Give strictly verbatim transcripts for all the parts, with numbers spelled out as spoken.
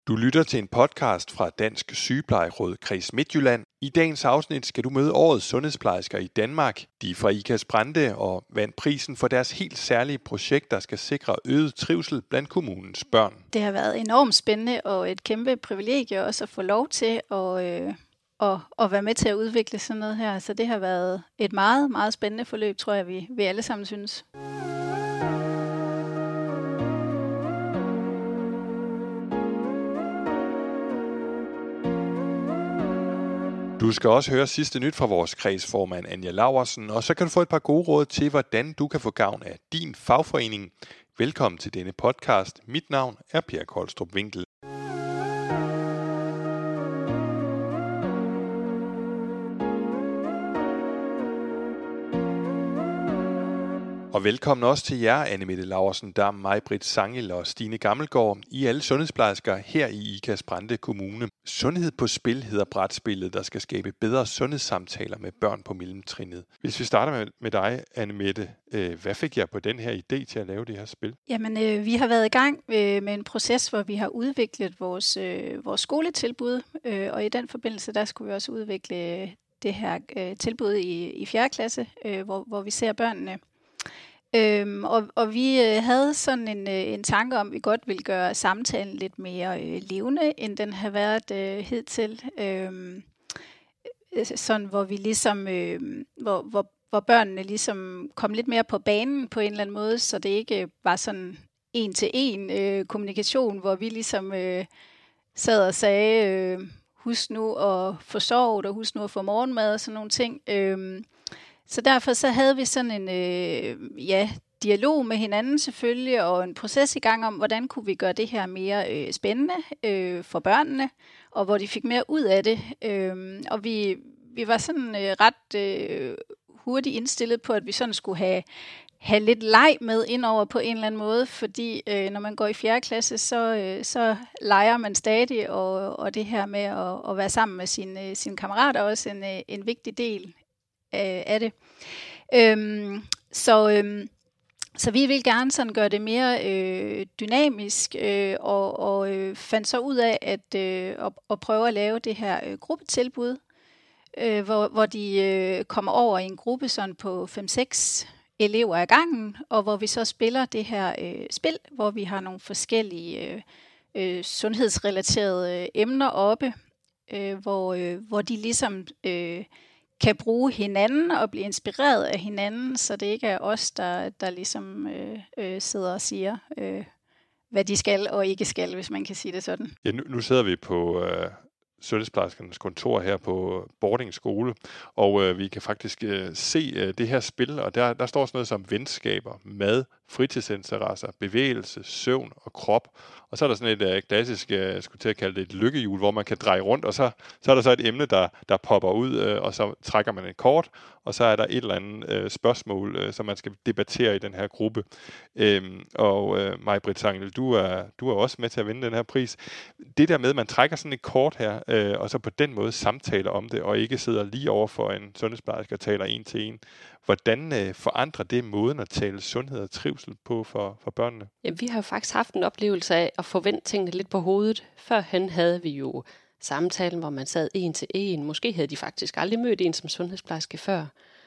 Du lytter til en podcast fra Dansk Sygeplejeråd Kreds Midtjylland. I dagens afsnit skal du møde årets sundhedsplejersker i Danmark. De er fra Ikast Brande og vandt prisen for deres helt særlige projekt, der skal sikre øget trivsel blandt kommunens børn. Det har været enormt spændende og et kæmpe privilegie også at få lov til at, øh, at, at være med til at udvikle sådan noget her. Så det har været et meget, meget spændende forløb, tror jeg, vi, vi alle sammen synes. Du skal også høre sidste nyt fra vores kredsformand Anja Laursen, og så kan du få et par gode råd til, hvordan du kan få gavn af din fagforening. Velkommen til denne podcast. Mit navn er Per Kolstrup Winkel. Og velkommen også til jer, Anne-Mette Laursen Dam, Maj-Britt Sangel og Stine Gammelgaard. I alle sundhedsplejersker her i Ikast Brande Kommune. Sundhed på spil hedder brætspillet, der skal skabe bedre sundhedssamtaler med børn på mellemtrinnet. Hvis vi starter med, med dig, Anne-Mette, øh, hvad fik jeg på den her idé til at lave det her spil? Jamen, øh, vi har været i gang øh, med en proces, hvor vi har udviklet vores, øh, vores skoletilbud, øh, og i den forbindelse, der skulle vi også udvikle det her øh, tilbud i, i fjerde klasse, øh, hvor, hvor vi ser børnene. Øhm, og, og vi øh, havde sådan en, øh, en tanke om, at vi godt ville gøre samtalen lidt mere øh, levende, end den har været øh, hidtil. Øhm, sådan, hvor vi ligesom, øh, hvor, hvor, hvor børnene ligesom kom lidt mere på banen på en eller anden måde, så det ikke var sådan en til en øh, kommunikation, hvor vi ligesom øh, sad og sagde, øh, husk nu at få sovet, og husk nu at få morgenmad og sådan nogle ting. Øh, Så derfor så havde vi sådan en øh, ja, dialog med hinanden selvfølgelig, og en proces i gang om, hvordan kunne vi gøre det her mere øh, spændende øh, for børnene, og hvor de fik mere ud af det. Øh, og vi, vi var sådan øh, ret øh, hurtigt indstillet på, at vi sådan skulle have, have lidt leg med indover på en eller anden måde, fordi øh, når man går i fjerde klasse, så, øh, så leger man stadig, og, og det her med at, at være sammen med sine, sine kammerater er også en, en vigtig del af det. Øhm, så, øhm, så vi vil gerne sådan gøre det mere øh, dynamisk, øh, og, og øh, fandt så ud af at, øh, at, at prøve at lave det her øh, gruppetilbud, øh, hvor, hvor de øh, kommer over i en gruppe sådan på fem seks elever ad gangen, og hvor vi så spiller det her øh, spil, hvor vi har nogle forskellige øh, øh, sundhedsrelaterede øh, emner oppe, øh, hvor, øh, hvor de ligesom øh, kan bruge hinanden og blive inspireret af hinanden, så det ikke er os, der, der ligesom øh, øh, sidder og siger, øh, hvad de skal og ikke skal, hvis man kan sige det sådan. Ja, nu, nu sidder vi på øh, sundhedsplejerskernes kontor her på Bording Skole, og øh, vi kan faktisk øh, se øh, det her spil, og der, der står sådan noget som venskaber, mad, fritidsinteresser, bevægelse, søvn og krop. Og så er der sådan et øh, klassisk, jeg øh, skulle til at kalde det et lykkehjul, hvor man kan dreje rundt, og så, så er der så et emne, der, der popper ud, øh, og så trækker man et kort, og så er der et eller andet øh, spørgsmål, øh, som man skal debattere i den her gruppe. Øhm, og øh, Maj-Britt Sangel, du er, du er også med til at vinde den her pris. Det der med, at man trækker sådan et kort her, øh, og så på den måde samtaler om det, og ikke sidder lige over for en sundhedsplejerske og taler en til en. Hvordan øh, forandrer det måden at tale sundhed og trivsel på for, for børnene? Ja, vi har jo faktisk haft en oplevelse af at forvente tingene lidt på hovedet. Førhen havde vi jo samtalen, hvor man sad en til en. Måske havde de faktisk aldrig mødt en som sundhedsplejerske før.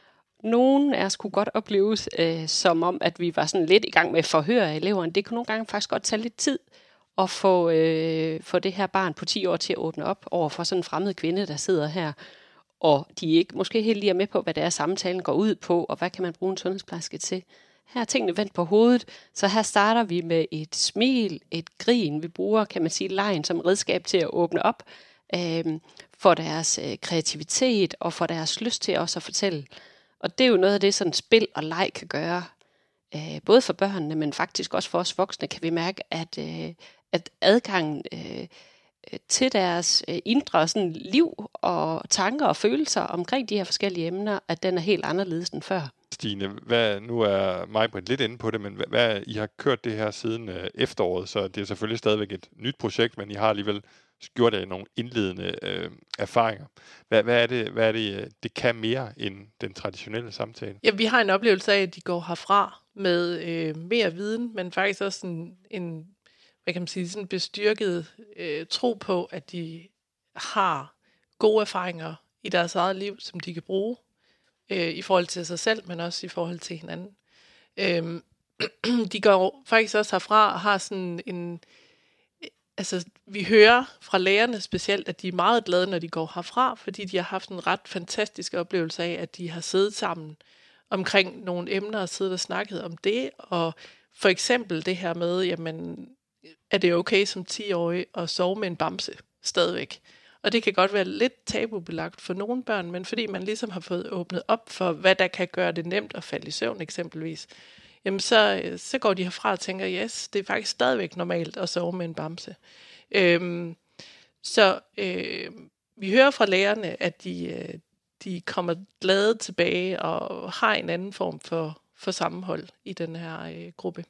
Nogle af os kunne godt opleves øh, som om, at vi var sådan lidt i gang med at forhøre af eleverne. Det kunne nogle gange faktisk godt tage lidt tid at få, øh, få det her barn på ti år til at åbne op over for sådan en fremmed kvinde, der sidder her. Og de ikke måske helt lige er med på, hvad det er, samtalen går ud på, og hvad kan man bruge en sundhedsplejerske til. Her er tingene vendt på hovedet, så her starter vi med et smil, et grin. Vi bruger, kan man sige, legen som redskab til at åbne op øh, for deres øh, kreativitet og for deres lyst til også at fortælle. Og det er jo noget af det, sådan spil og leg kan gøre. Øh, både for børnene, men faktisk også for os voksne, kan vi mærke, at, øh, at adgangen øh, til deres øh, indre sådan, liv og tanker og følelser omkring de her forskellige emner, at den er helt anderledes end før. Stine, hvad, nu er Maj-Britt lidt inde på det, men hvad, hvad, I har kørt det her siden øh, efteråret, så det er selvfølgelig stadigvæk et nyt projekt, men I har alligevel gjort det nogle indledende øh, erfaringer. Hvad, hvad er det, hvad er det, det kan mere end den traditionelle samtale? Ja, vi har en oplevelse af, at de går herfra med øh, mere viden, men faktisk også en, en hvad kan man sige, sådan bestyrket øh, tro på, at de har gode erfaringer i deres eget liv, som de kan bruge øh, i forhold til sig selv, men også i forhold til hinanden. Øh, de går faktisk også herfra og har sådan en... Altså, vi hører fra lærerne specielt, at de er meget glade, når de går herfra, fordi de har haft en ret fantastisk oplevelse af, at de har siddet sammen omkring nogle emner og siddet og snakket om det, og for eksempel det her med, jamen, er det okay som ti-årig at sove med en bamse stadigvæk? Og det kan godt være lidt tabubelagt for nogle børn, men fordi man ligesom har fået åbnet op for, hvad der kan gøre det nemt at falde i søvn eksempelvis, jamen så, så går de herfra og tænker, yes, det er faktisk stadigvæk normalt at sove med en bamse. Øhm, så øh, vi hører fra lærerne, at de, de kommer glade tilbage og har en anden form for, for sammenhold i den her øh, gruppe.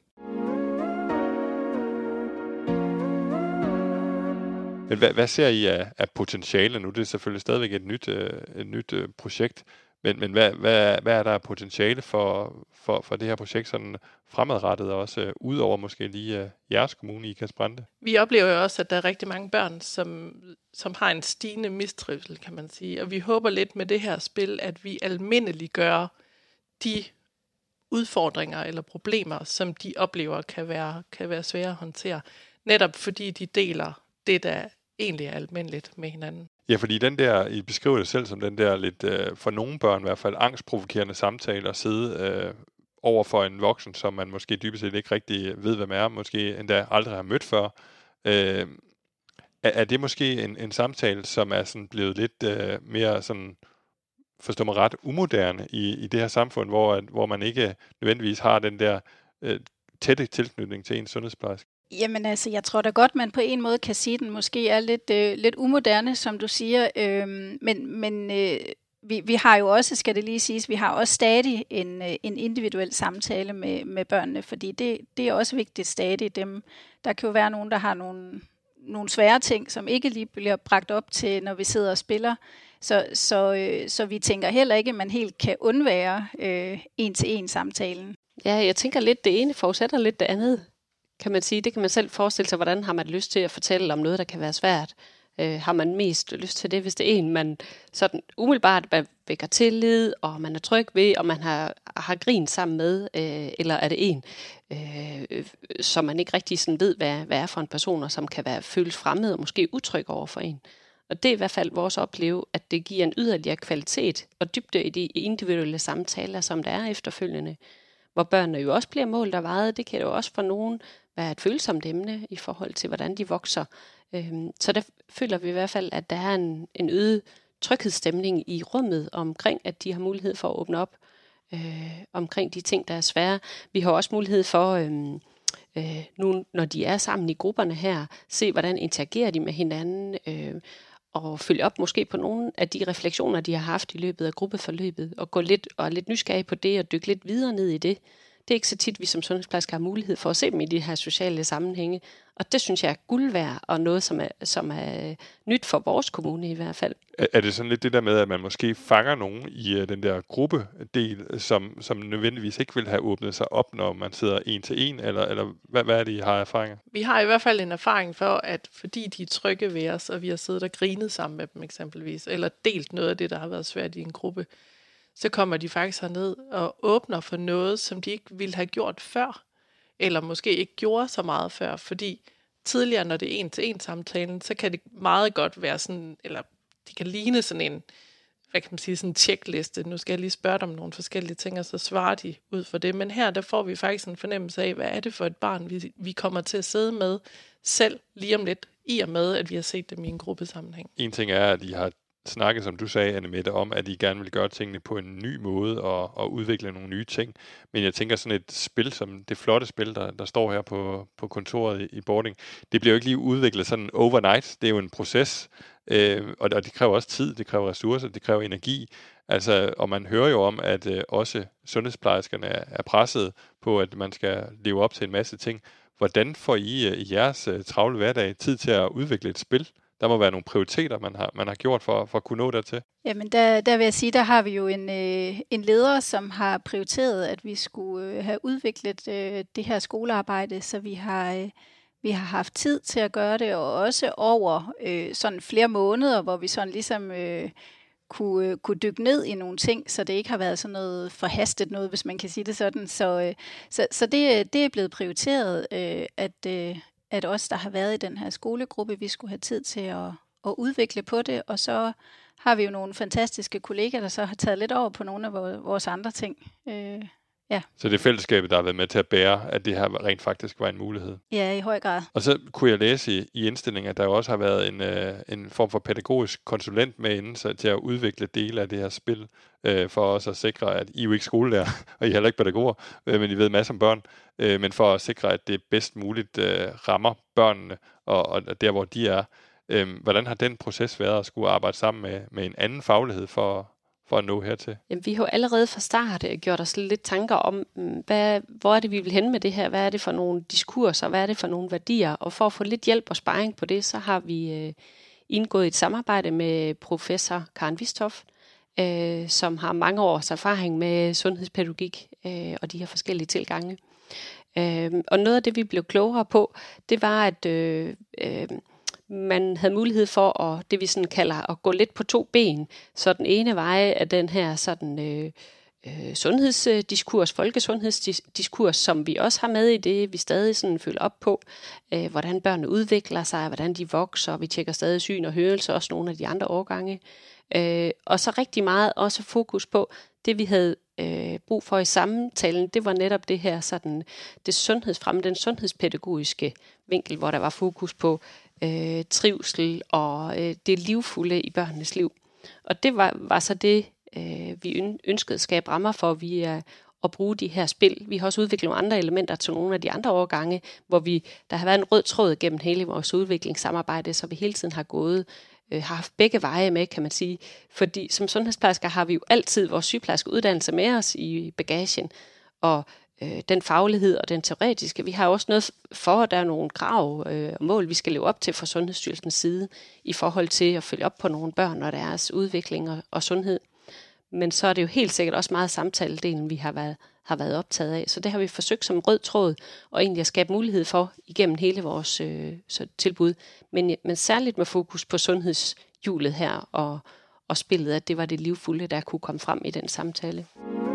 Men hvad, hvad ser I af, af potentiale nu? Det er selvfølgelig stadigvæk et nyt, øh, et nyt øh, projekt, men, men hvad, hvad, hvad er der af potentiale for, for, for det her projekt sådan fremadrettet, og også øh, ud over måske lige øh, jeres kommune i Ikast-Brande? Vi oplever jo også, at der er rigtig mange børn, som, som har en stigende mistrivsel, kan man sige. Og vi håber lidt med det her spil, at vi almindeliggør de udfordringer eller problemer, som de oplever kan være, kan være svære at håndtere. Netop fordi de deler det, der egentlig er almindeligt med hinanden. Ja, fordi den der, I beskriver det selv som den der lidt, øh, for nogle børn i hvert fald, angstprovokerende samtale at sidde øh, over for en voksen, som man måske dybest set ikke rigtig ved, hvem er, måske endda aldrig har mødt før. Øh, er, er det måske en, en samtale, som er sådan blevet lidt øh, mere sådan, forstå mig ret, umoderne i, i det her samfund, hvor, hvor man ikke nødvendigvis har den der øh, tætte tilknytning til en sundhedsplejerske? Jamen altså, jeg tror da godt, man på en måde kan sige, at den måske er lidt, øh, lidt umoderne, som du siger. Øh, men men øh, vi, vi har jo også, skal det lige siges, vi har også stadig en, en individuel samtale med, med børnene, fordi det, det er også vigtigt stadig. Dem, der kan jo være nogen, der har nogle, nogle svære ting, som ikke lige bliver bragt op til, når vi sidder og spiller. Så, så, øh, så vi tænker heller ikke, at man helt kan undvære øh, en-til-en samtalen. Ja, jeg tænker lidt, det ene forudsætter lidt det andet, kan man sige. Det kan man selv forestille sig, hvordan har man lyst til at fortælle om noget, der kan være svært. Øh, har man mest lyst til det, hvis det er en, man sådan umiddelbart vækker tillid, og man er tryg ved, og man har, har grin sammen med, øh, eller er det en, øh, som man ikke rigtig sådan ved, hvad, hvad er for en person, og som kan være føles fremmed og måske utryg over for en. Og det er i hvert fald vores opleve, at det giver en yderligere kvalitet og dybde i de individuelle samtaler, som der er efterfølgende, hvor børnene jo også bliver målt og vejet. Det kan jo også for nogen være et følsomt emne i forhold til, hvordan de vokser. Så der føler vi i hvert fald, at der er en, en øget tryghedsstemning i rummet omkring, at de har mulighed for at åbne op øh, omkring de ting, der er svære. Vi har også mulighed for, øh, øh, nu når de er sammen i grupperne her, se hvordan interagerer de med hinanden, øh, og følge op måske på nogle af de refleksioner, de har haft i løbet af gruppeforløbet, og gå lidt og lidt nysgerrig på det, og dykke lidt videre ned i det. Det er ikke så tit, vi som sundhedsplejersker har mulighed for at se dem i de her sociale sammenhænge. Og det synes jeg er guld værd, og noget, som er, som er nyt for vores kommune i hvert fald. Er det sådan lidt det der med, at man måske fanger nogen i uh, den der gruppedel, som, som nødvendigvis ikke vil have åbnet sig op, når man sidder en til en, eller, eller hvad, hvad er det, I har erfaringer? Vi har i hvert fald en erfaring for, at fordi de er trygge ved os, og vi har siddet og grinet sammen med dem eksempelvis, eller delt noget af det, der har været svært i en gruppe, så kommer de faktisk herned og åbner for noget, som de ikke ville have gjort før, eller måske ikke gjorde så meget før, fordi tidligere, når det er en-til-en samtalen, så kan det meget godt være sådan, eller det kan ligne sådan en, hvad kan man sige, sådan en checkliste. Nu skal jeg lige spørge dem om nogle forskellige ting, og så svarer de ud for det. Men her, der får vi faktisk en fornemmelse af, hvad er det for et barn, vi, vi kommer til at sidde med selv lige om lidt, i og med, at vi har set dem i en gruppesammenhæng. En ting er, at I har snakke, som du sagde, Annemette, om, at I gerne vil gøre tingene på en ny måde og, og udvikle nogle nye ting. Men jeg tænker sådan et spil, som det flotte spil, der, der står her på, på kontoret i, i Bording, det bliver jo ikke lige udviklet sådan overnight. Det er jo en proces, øh, og, og det kræver også tid, det kræver ressourcer, det kræver energi. Altså, og man hører jo om, at øh, også sundhedsplejerskerne er, er presset på, at man skal leve op til en masse ting. Hvordan får I øh, i jeres øh, travle hverdag tid til at udvikle et spil? Der må være nogle prioriteter, man har, man har gjort for, for at kunne nå dertil. Jamen, der, der vil jeg sige, der har vi jo en, øh, en leder, som har prioriteret, at vi skulle øh, have udviklet øh, det her skolearbejde, så vi har, øh, vi har haft tid til at gøre det, og også over øh, sådan flere måneder, hvor vi sådan ligesom øh, kunne, øh, kunne dykke ned i nogle ting, så det ikke har været sådan noget forhastet noget, hvis man kan sige det sådan. Så, øh, så, så det, det er blevet prioriteret, øh, at, øh, at os, der har været i den her skolegruppe, vi skulle have tid til at, at udvikle på det, og så har vi jo nogle fantastiske kollegaer, der så har taget lidt over på nogle af vores andre ting. Øh, ja. Så det er fællesskabet, der har været med til at bære, at det her rent faktisk var en mulighed. Ja, i høj grad. Og så kunne jeg læse i, i indstillingen, at der også har været en, øh, en form for pædagogisk konsulent med inden så, til at udvikle dele af det her spil, øh, for også at sikre, at I jo ikke skolelærer, og I er heller ikke pædagoger, øh, men I ved masser om børn, øh, men for at sikre, at det bedst muligt øh, rammer børnene, og, og der hvor de er. Øh, hvordan har den proces været at skulle arbejde sammen med, med en anden faglighed for for at nå hertil? Jamen, vi har jo allerede fra start gjort os lidt tanker om, hvad, hvor er det, vi vil hen med det her? Hvad er det for nogle diskurser? Hvad er det for nogle værdier? Og for at få lidt hjælp og sparring på det, så har vi øh, indgået et samarbejde med professor Karen Wisthoff, øh, som har mange års erfaring med sundhedspædagogik øh, og de her forskellige tilgange. Øh, og noget af det, vi blev klogere på, det var, at øh, øh, man havde mulighed for at, det vi sådan kalder, at gå lidt på to ben. Så den ene vej er den her sådan, øh, øh, sundhedsdiskurs, folkesundhedsdiskurs, som vi også har med i det, vi stadig sådan følger op på, øh, hvordan børnene udvikler sig, hvordan de vokser, vi tjekker stadig syn og hørelse, også nogle af de andre årgange. Øh, og så rigtig meget også fokus på, det vi havde øh, brug for i samtalen, det var netop det her sådan, det sundhedsfremme, den sundhedspædagogiske vinkel, hvor der var fokus på øh, trivsel og øh, det livfulde i børnenes liv. Og det var, var så det, øh, vi ønskede at skabe rammer for via at bruge de her spil. Vi har også udviklet nogle andre elementer til nogle af de andre årgange, hvor vi, der har været en rød tråd gennem hele vores udviklingssamarbejde, så vi hele tiden har gået øh, har haft begge veje med, kan man sige. Fordi som sundhedsplejersker har vi jo altid vores sygeplejerskeuddannelse med os i bagagen, og øh, den faglighed og den teoretiske. Vi har også noget for, at der er nogle krav øh, og mål, vi skal leve op til fra Sundhedsstyrelsens side, i forhold til at følge op på nogle børn og deres udvikling og, og sundhed. Men så er det jo helt sikkert også meget samtaledelen, vi har været, har været optaget af. Så det har vi forsøgt som rød tråd, og egentlig at skabe mulighed for igennem hele vores øh, tilbud. Men, men særligt med fokus på sundhedshjulet her, og, og spillet, at det var det livfulde, der kunne komme frem i den samtale.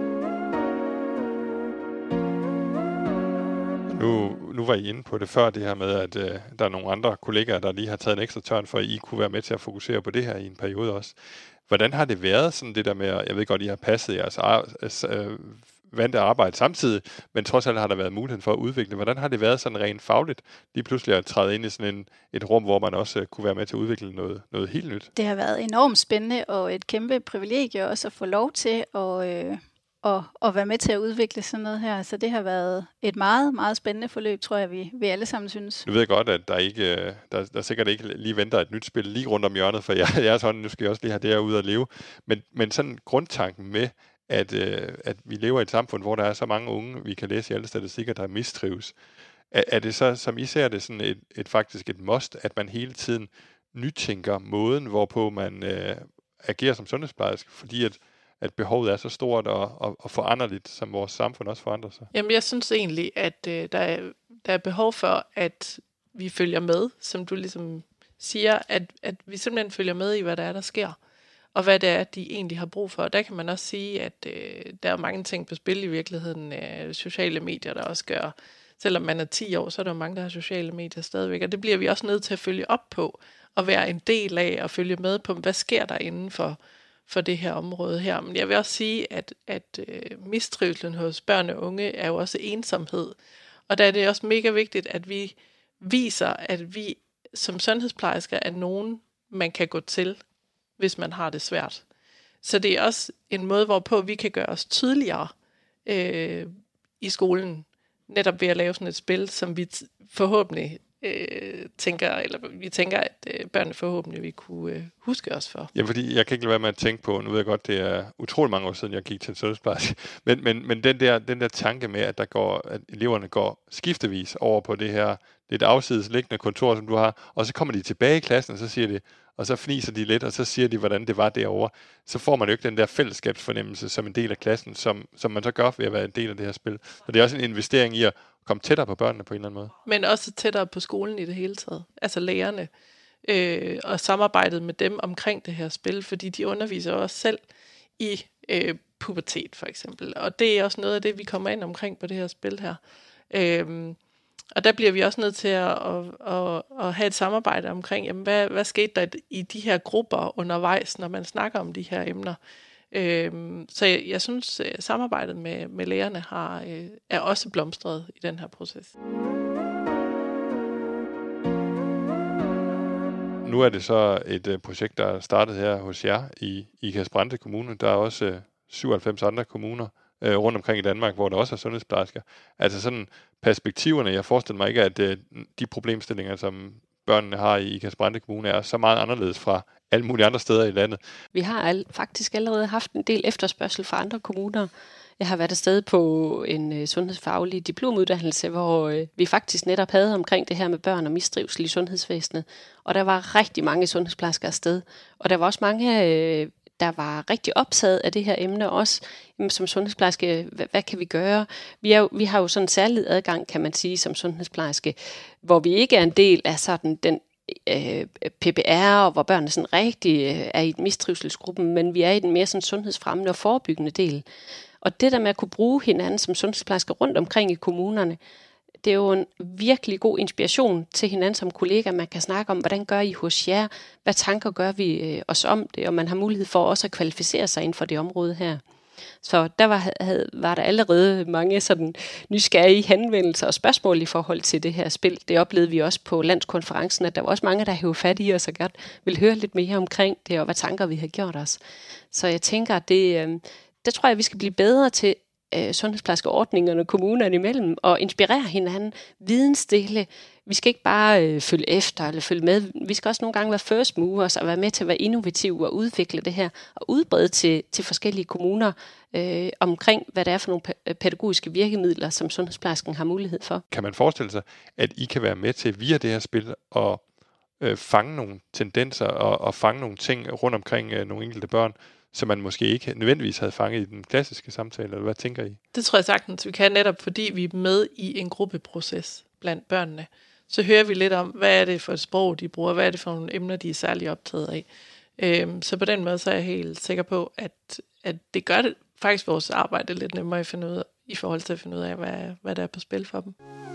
Nu, nu var I inde på det før, det her med, at øh, der er nogle andre kollegaer, der lige har taget en ekstra tørn, for at I kunne være med til at fokusere på det her i en periode også. Hvordan har det været, sådan det der med, jeg ved godt, I har passet jeres øh, vante arbejde samtidig, men trods alt har der været muligheden for at udvikle. Hvordan har det været sådan rent fagligt, lige pludselig at træde ind i sådan en, et rum, hvor man også øh, kunne være med til at udvikle noget, noget helt nyt? Det har været enormt spændende og et kæmpe privilegie også at få lov til at, øh, at, at være med til at udvikle sådan noget her. Så det har været et meget, meget spændende forløb, tror jeg, vi, vi alle sammen synes. Nu ved jeg godt, at der, ikke, der, der sikkert ikke lige venter et nyt spil lige rundt om hjørnet, for jeg, jeg er sådan, nu skal jeg også lige have det her ud at leve. Men, men sådan grundtanken med, at, øh, at vi lever i et samfund, hvor der er så mange unge, vi kan læse i alle statistikker, der mistrives. Er, er det så, som I ser det, sådan et, et faktisk et must, at man hele tiden nytænker måden, hvorpå man øh, agerer som sundhedsplejerske, fordi at at behovet er så stort og, og, og foranderligt, som vores samfund også forandrer sig? Jamen, jeg synes egentlig, at øh, der, er, der er behov for, at vi følger med, som du ligesom siger, at, at vi simpelthen følger med i, hvad der er, der sker, og hvad det er, de egentlig har brug for. Og der kan man også sige, at øh, der er mange ting på spil i virkeligheden. Øh, sociale medier, der også gør, selvom man er ti år, så er der jo mange, der har sociale medier stadigvæk, og det bliver vi også nødt til at følge op på, og være en del af, og følge med på, hvad sker der inden for for det her område her. Men jeg vil også sige, at, at øh, mistrivselen hos børn og unge er jo også ensomhed. Og der er det også mega vigtigt, at vi viser, at vi som sundhedsplejersker er nogen, man kan gå til, hvis man har det svært. Så det er også en måde, hvorpå vi kan gøre os tydeligere øh, i skolen, netop ved at lave sådan et spil, som vi t- forhåbentlig Øh, tænker, eller vi tænker, at øh, børnene forhåbentlig vil kunne øh, huske os for. Ja, fordi jeg kan ikke lade være med at tænke på, nu ved jeg godt, det er utrolig mange år siden, jeg gik til en sundhedsplejerske, men, men, men den, der, den der tanke med, at, der går, at eleverne går skiftevis over på det her lidt afsides liggende kontor, som du har, og så kommer de tilbage i klassen, og så siger de, og så fniser de lidt, og så siger de, hvordan det var derovre. Så får man jo ikke den der fællesskabsfornemmelse som en del af klassen, som, som man så gør ved at være en del af det her spil. Så det er også en investering i at komme tættere på børnene på en eller anden måde. Men også tættere på skolen i det hele taget. Altså lærerne. Øh, og samarbejdet med dem omkring det her spil, fordi de underviser også selv i øh, pubertet for eksempel. Og det er også noget af det, vi kommer ind omkring på det her spil her. Øh, og der bliver vi også nødt til at, at, at, at have et samarbejde omkring, jamen, hvad, hvad skete der i de her grupper undervejs, når man snakker om de her emner. Øh, så jeg, jeg synes, at samarbejdet med, med lærerne har, øh, er også blomstret i den her proces. Nu er det så et uh, projekt, der er startet her hos jer i Ikast-Brande Kommune. Der er også uh, syvoghalvfems andre kommuner uh, rundt omkring i Danmark, hvor der også er sundhedsplejersker. Altså sådan perspektiverne, jeg forestiller mig ikke, at uh, de problemstillinger, som børnene har i Ikast-Brande Kommune, er så meget anderledes fra alle mulige andre steder i landet. Vi har al- faktisk allerede haft en del efterspørgsel fra andre kommuner. Jeg har været afsted på en øh, sundhedsfaglig diplomuddannelse, hvor øh, vi faktisk netop havde omkring det her med børn og mistrivsel i sundhedsvæsenet. Og der var rigtig mange sundhedsplejersker afsted. Og der var også mange, øh, der var rigtig optaget af det her emne også. Jamen, som sundhedsplejerske, hvad, hvad kan vi gøre? Vi, er jo, vi har jo sådan en særlig adgang, kan man sige, som sundhedsplejerske, hvor vi ikke er en del af sådan den øh, P P R, og hvor børnene sådan rigtig øh, er i mistrivselsgruppen, men vi er i den mere sådan sundhedsfremmende og forebyggende del. Og det der med at kunne bruge hinanden som sundhedsplejersker rundt omkring i kommunerne, det er jo en virkelig god inspiration til hinanden som kollegaer. Man kan snakke om, hvordan gør I hos jer? Hvad tanker gør vi øh, os om det? Og man har mulighed for også at kvalificere sig inden for det område her. Så der var, havde, var der allerede mange sådan nysgerrige henvendelser og spørgsmål i forhold til det her spil. Det oplevede vi også på landskonferencen, at der var også mange, der hævde fat i os og godt ville høre lidt mere omkring det, og hvad tanker vi havde gjort os. Så jeg tænker, at det... Øh, Der tror jeg, at vi skal blive bedre til øh, sundhedsplejerskeordningerne kommunerne imellem og inspirere hinanden, vidensdele. Vi skal ikke bare øh, følge efter eller følge med. Vi skal også nogle gange være first movers og være med til at være innovative og udvikle det her og udbrede til, til forskellige kommuner øh, omkring, hvad det er for nogle pædagogiske virkemidler, som sundhedsplejersken har mulighed for. Kan man forestille sig, at I kan være med til via det her spil og øh, fange nogle tendenser og, og fange nogle ting rundt omkring øh, nogle enkelte børn, som man måske ikke nødvendigvis havde fanget i den klassiske samtale, eller hvad tænker I? Det tror jeg sagtens, vi kan netop, fordi vi er med i en gruppeproces blandt børnene. Så hører vi lidt om, hvad er det for et sprog, de bruger, hvad er det for nogle emner, de er særlig optaget af. Øhm, så på den måde, så er jeg helt sikker på, at, at det gør det faktisk vores arbejde lidt nemmere at finde ud af, i forhold til at finde ud af, hvad, hvad der er på spil for dem.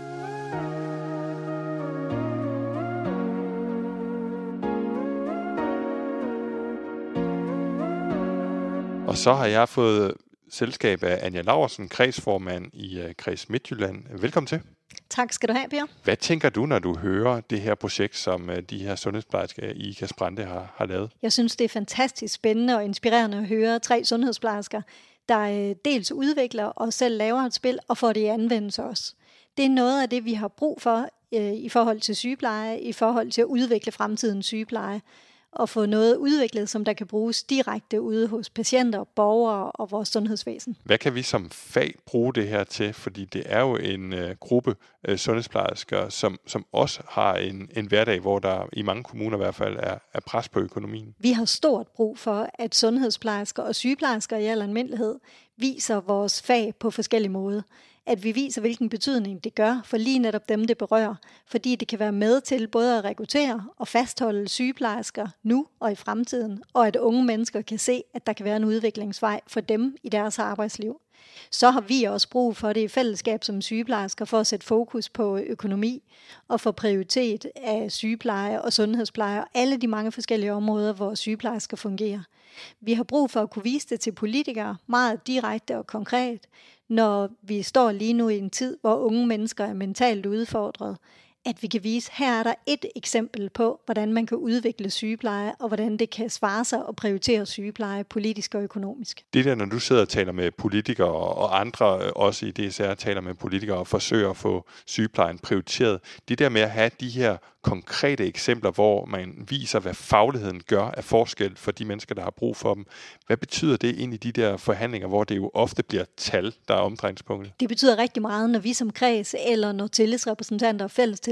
Og så har jeg fået selskab af Anja Laursen, kredsformand i uh, Kreds Midtjylland. Velkommen til. Tak skal du have, Per. Hvad tænker du, når du hører det her projekt, som uh, de her sundhedsplejersker i Ikast-Brande har, har lavet? Jeg synes, det er fantastisk spændende og inspirerende at høre tre sundhedsplejersker, der uh, dels udvikler og selv laver et spil og får det i anvendelse også. Det er noget af det, vi har brug for uh, i forhold til sygepleje, i forhold til at udvikle fremtidens sygepleje, og få noget udviklet, som der kan bruges direkte ude hos patienter, borgere og vores sundhedsvæsen. Hvad kan vi som fag bruge det her til? Fordi det er jo en uh, gruppe uh, sundhedsplejersker, som, som også har en, en hverdag, hvor der i mange kommuner i hvert fald er, er pres på økonomien. Vi har stort brug for, at sundhedsplejersker og sygeplejersker i al almindelighed viser vores fag på forskellige måder. At vi viser, hvilken betydning det gør for lige netop dem, det berører. Fordi det kan være med til både at rekruttere og fastholde sygeplejersker nu og i fremtiden, og at unge mennesker kan se, at der kan være en udviklingsvej for dem i deres arbejdsliv. Så har vi også brug for det i fællesskab som sygeplejersker for at sætte fokus på økonomi og for prioritet af sygepleje og sundhedspleje og alle de mange forskellige områder, hvor sygeplejersker fungerer. Vi har brug for at kunne vise det til politikere meget direkte og konkret, når vi står lige nu i en tid, hvor unge mennesker er mentalt udfordret, at vi kan vise, her er der et eksempel på, hvordan man kan udvikle sygepleje, og hvordan det kan svare sig og prioritere sygepleje politisk og økonomisk. Det der, når du sidder og taler med politikere og andre, også i D S R, taler med politikere og forsøger at få sygeplejen prioriteret, det der med at have de her konkrete eksempler, hvor man viser, hvad fagligheden gør af forskel for de mennesker, der har brug for dem. Hvad betyder det ind i de der forhandlinger, hvor det jo ofte bliver tal, der er omdrejningspunktet? Det betyder rigtig meget, når vi som kreds eller når tillidsrepræsentanter og fælles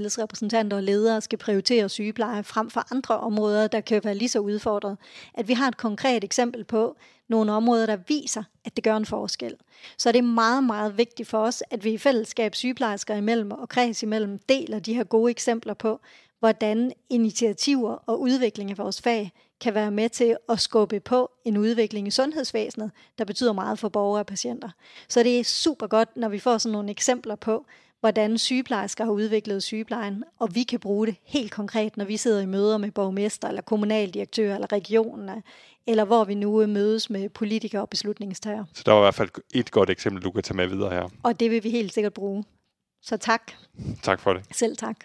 tillidsrepræsentanter og ledere skal prioritere sygepleje frem for andre områder, der kan være lige så udfordret. At vi har et konkret eksempel på nogle områder, der viser, at det gør en forskel. Så det er meget, meget vigtigt for os, at vi i fællesskab sygeplejersker imellem og kreds imellem deler de her gode eksempler på, hvordan initiativer og udvikling af vores fag kan være med til at skubbe på en udvikling i sundhedsvæsenet, der betyder meget for borgere og patienter. Så det er super godt, når vi får sådan nogle eksempler på, hvordan sygeplejersker har udviklet sygeplejen, og vi kan bruge det helt konkret, når vi sidder i møder med borgmester, eller kommunaldirektør, eller regionen, eller hvor vi nu mødes med politikere og beslutningstagere. Så der var i hvert fald et godt eksempel, du kan tage med videre her. Og det vil vi helt sikkert bruge. Så tak. Tak for det. Selv tak.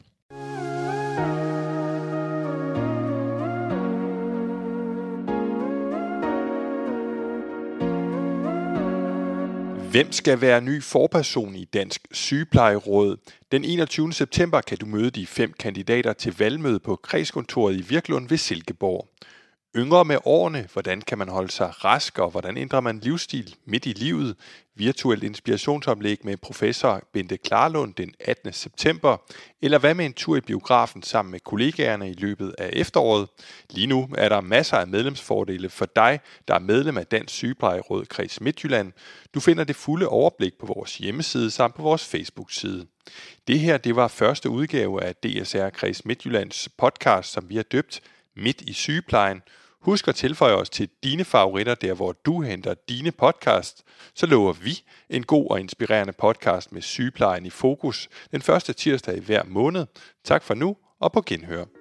Hvem skal være ny forperson i Dansk Sygeplejeråd? Den enogtyvende september kan du møde de fem kandidater til valgmøde på kredskontoret i Virklund ved Silkeborg. Yngre med årene, hvordan kan man holde sig rask, og hvordan ændrer man livsstil midt i livet? Virtuelt inspirationsoplæg med professor Bente Klarlund den attende september. Eller hvad med en tur i biografen sammen med kollegaerne i løbet af efteråret? Lige nu er der masser af medlemsfordele for dig, der er medlem af Dansk Sygeplejeråd Kreds Midtjylland. Du finder det fulde overblik på vores hjemmeside samt på vores Facebook-side. Det her, det var første udgave af D S R Kreds Midtjyllands podcast, som vi har døbt Midt i sygeplejen. Husk at tilføje os til dine favoritter, der hvor du henter dine podcast. Så lover vi en god og inspirerende podcast med sygeplejen i fokus den første tirsdag i hver måned. Tak for nu, og på genhør.